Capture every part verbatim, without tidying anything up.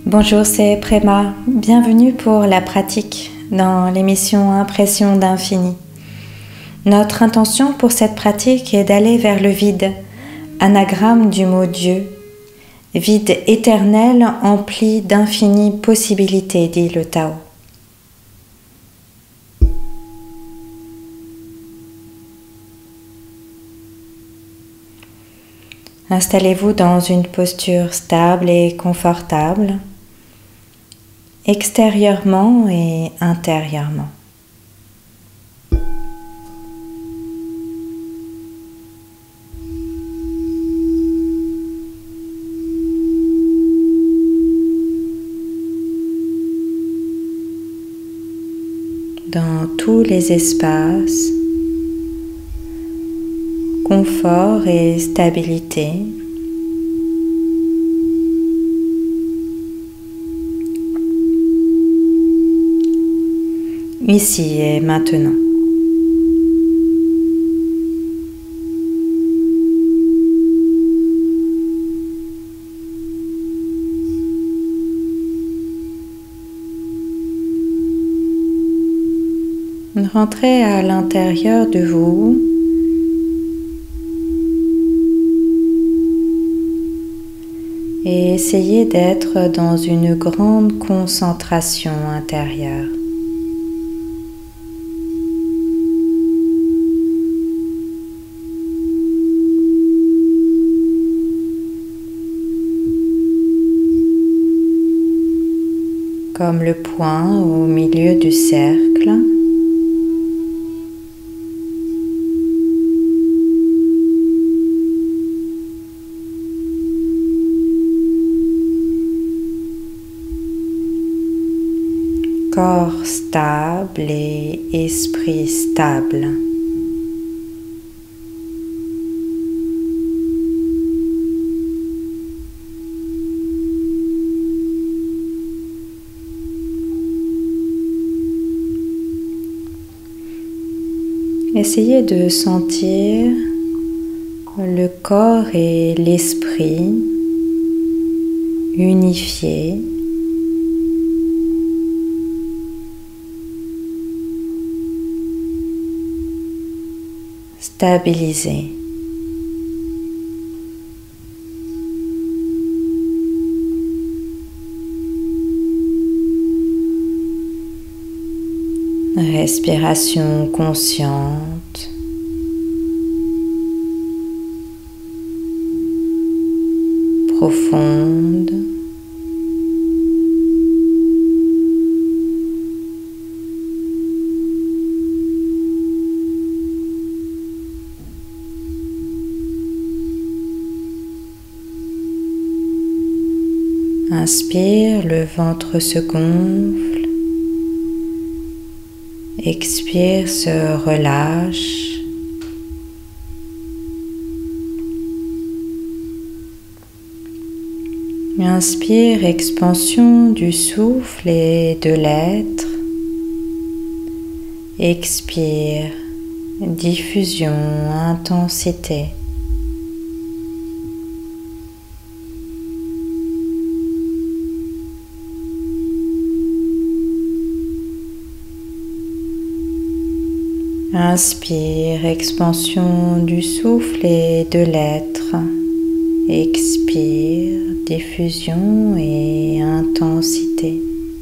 Bonjour, c'est Préma. Bienvenue pour la pratique dans l'émission Impression d'infini. Notre intention pour cette pratique est d'aller vers le vide, anagramme du mot Dieu. Vide éternel empli d'infinies possibilités, dit le Tao. Installez-vous dans une posture stable et confortable, extérieurement et intérieurement. Dans tous les espaces, confort et stabilité. Ici et maintenant. Rentrez à l'intérieur de vous. Et essayez d'être dans une grande concentration intérieure. Comme le point au milieu du cercle. Corps stable et esprit stable. Essayez de sentir le corps et l'esprit unifiés. Stabilisé. Respiration consciente. Profonde. Inspire, le ventre se gonfle. Expire, se relâche. Inspire, expansion du souffle et de l'être. Expire, diffusion, intensité. Inspire, expansion du souffle et de l'être. Expire, diffusion et intensité.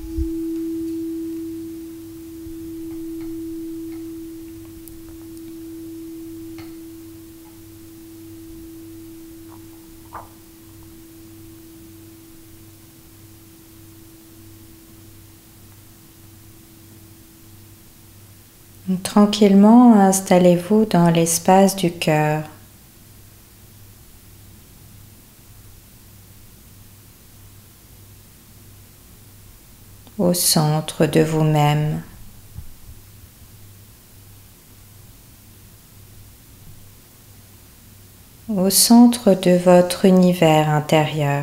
Tranquillement, installez-vous dans l'espace du cœur. Au centre de vous-même. Au centre de votre univers intérieur.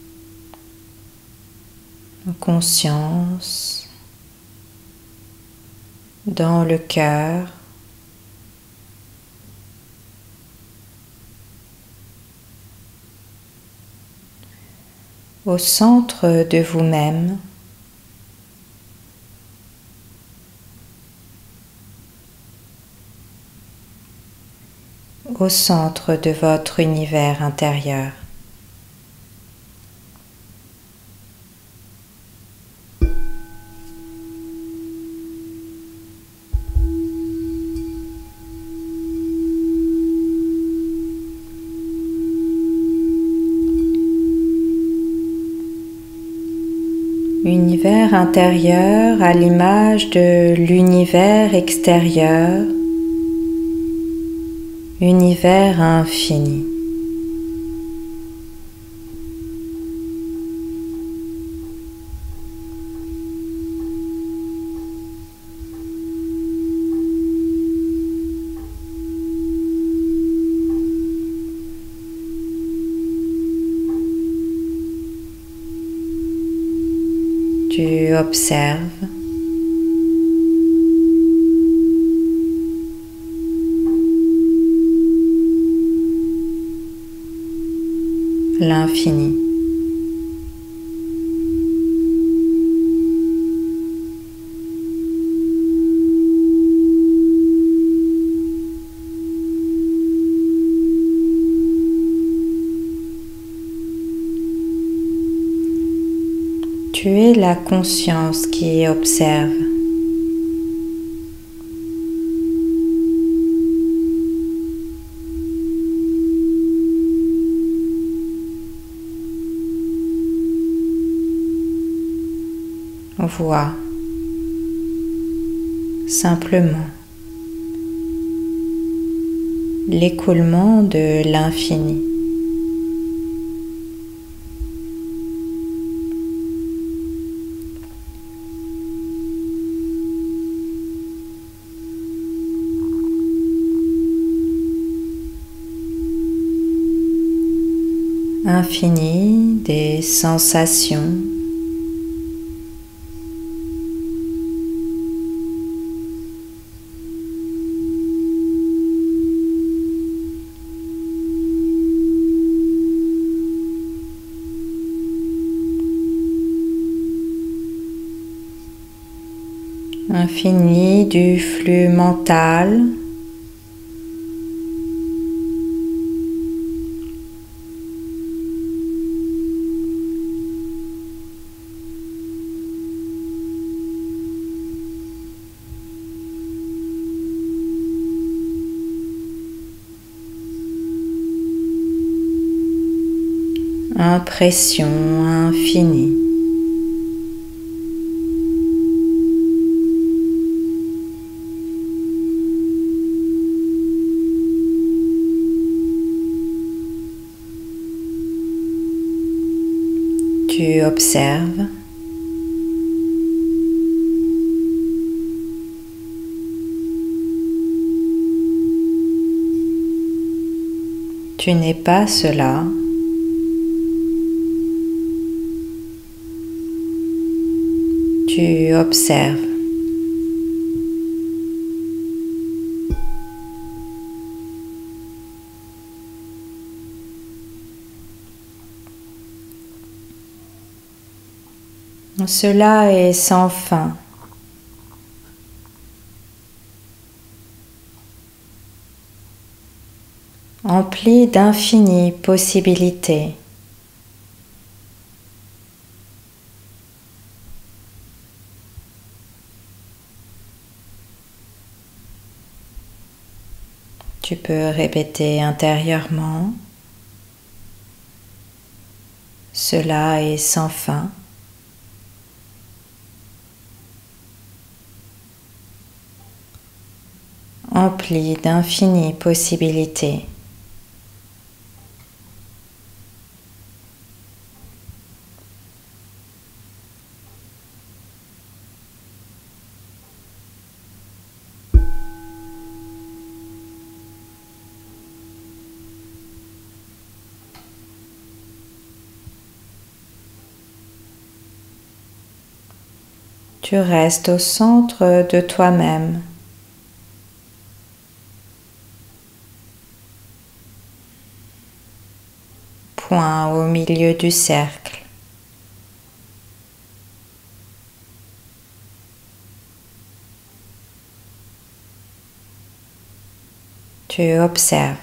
conscience, dans le cœur, au centre de vous-même, au centre de votre univers intérieur. Univers intérieur à l'image de l'univers extérieur, univers infini. Tu observes l'infini. Tu es la conscience qui observe. Vois simplement l'écoulement de l'infini. Infini des sensations, infini du flux mental, impression infinie. Tu observes tu n'es pas cela. Tu observes. Cela est sans fin. Empli d'infinies possibilités. Tu peux répéter intérieurement. Cela est sans fin. Empli d'infinies possibilités. Tu restes au centre de toi-même. Point au milieu du cercle. Tu observes.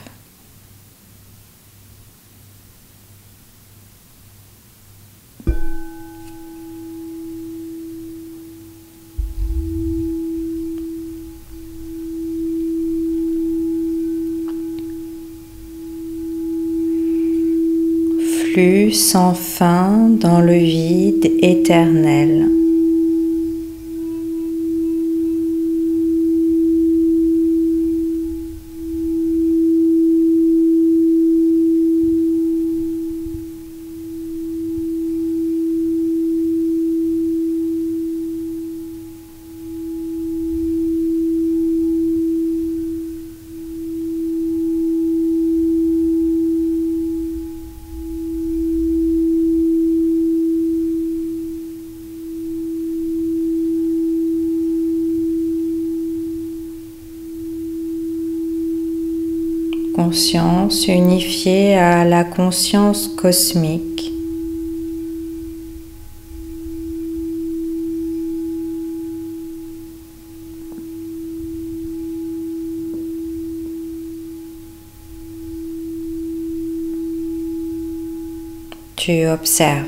Flux sans fin dans le vide éternel. Conscience unifiée à la conscience cosmique. Tu observes.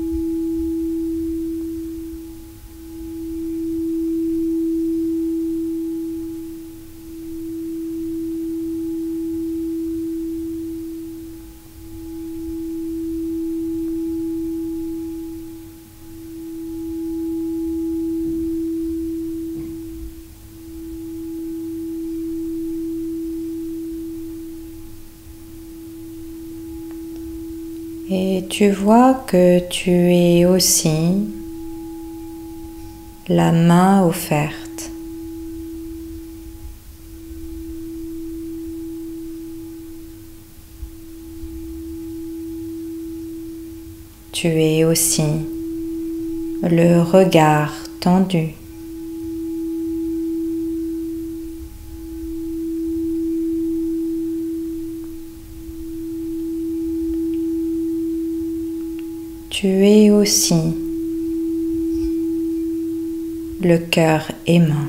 Et tu vois que tu es aussi la main offerte. Tu es aussi le regard tendu. Tu es aussi le cœur aimant.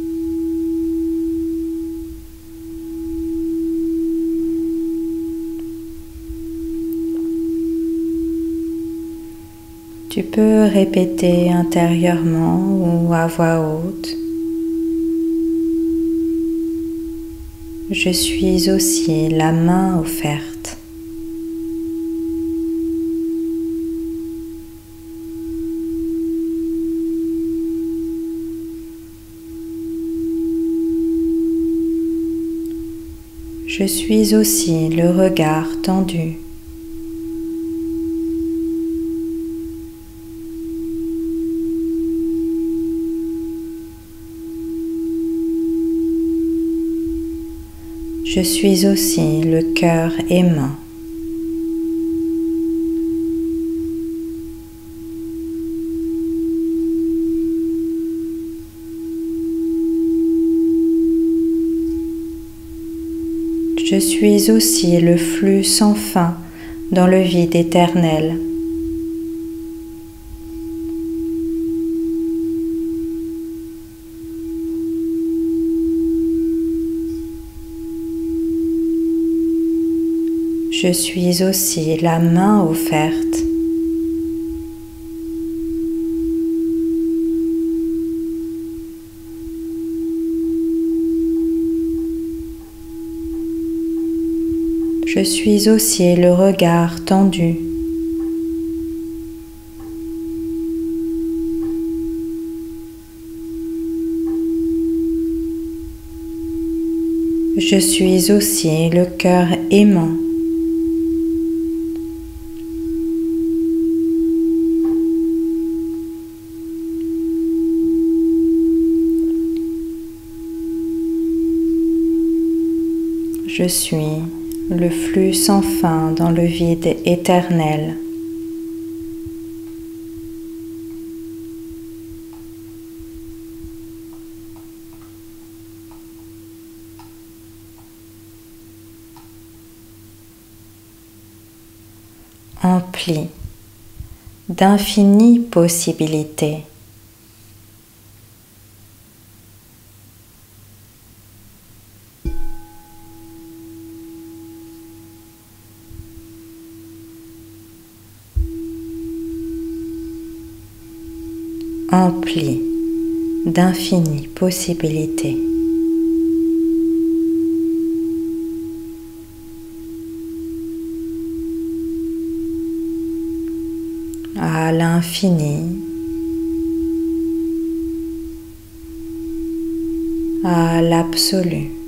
Tu peux répéter intérieurement ou à voix haute. Je suis aussi la main offerte. Je suis aussi le regard tendu. Je suis aussi le cœur aimant. Je suis aussi le flux sans fin dans le vide éternel. Je suis aussi la main offerte. Je suis aussi le regard tendu. Je suis aussi le cœur aimant. Je suis le flux sans fin dans le vide éternel. empli d'infinies possibilités. Empli d'infinies possibilités. À l'infini, à l'absolu.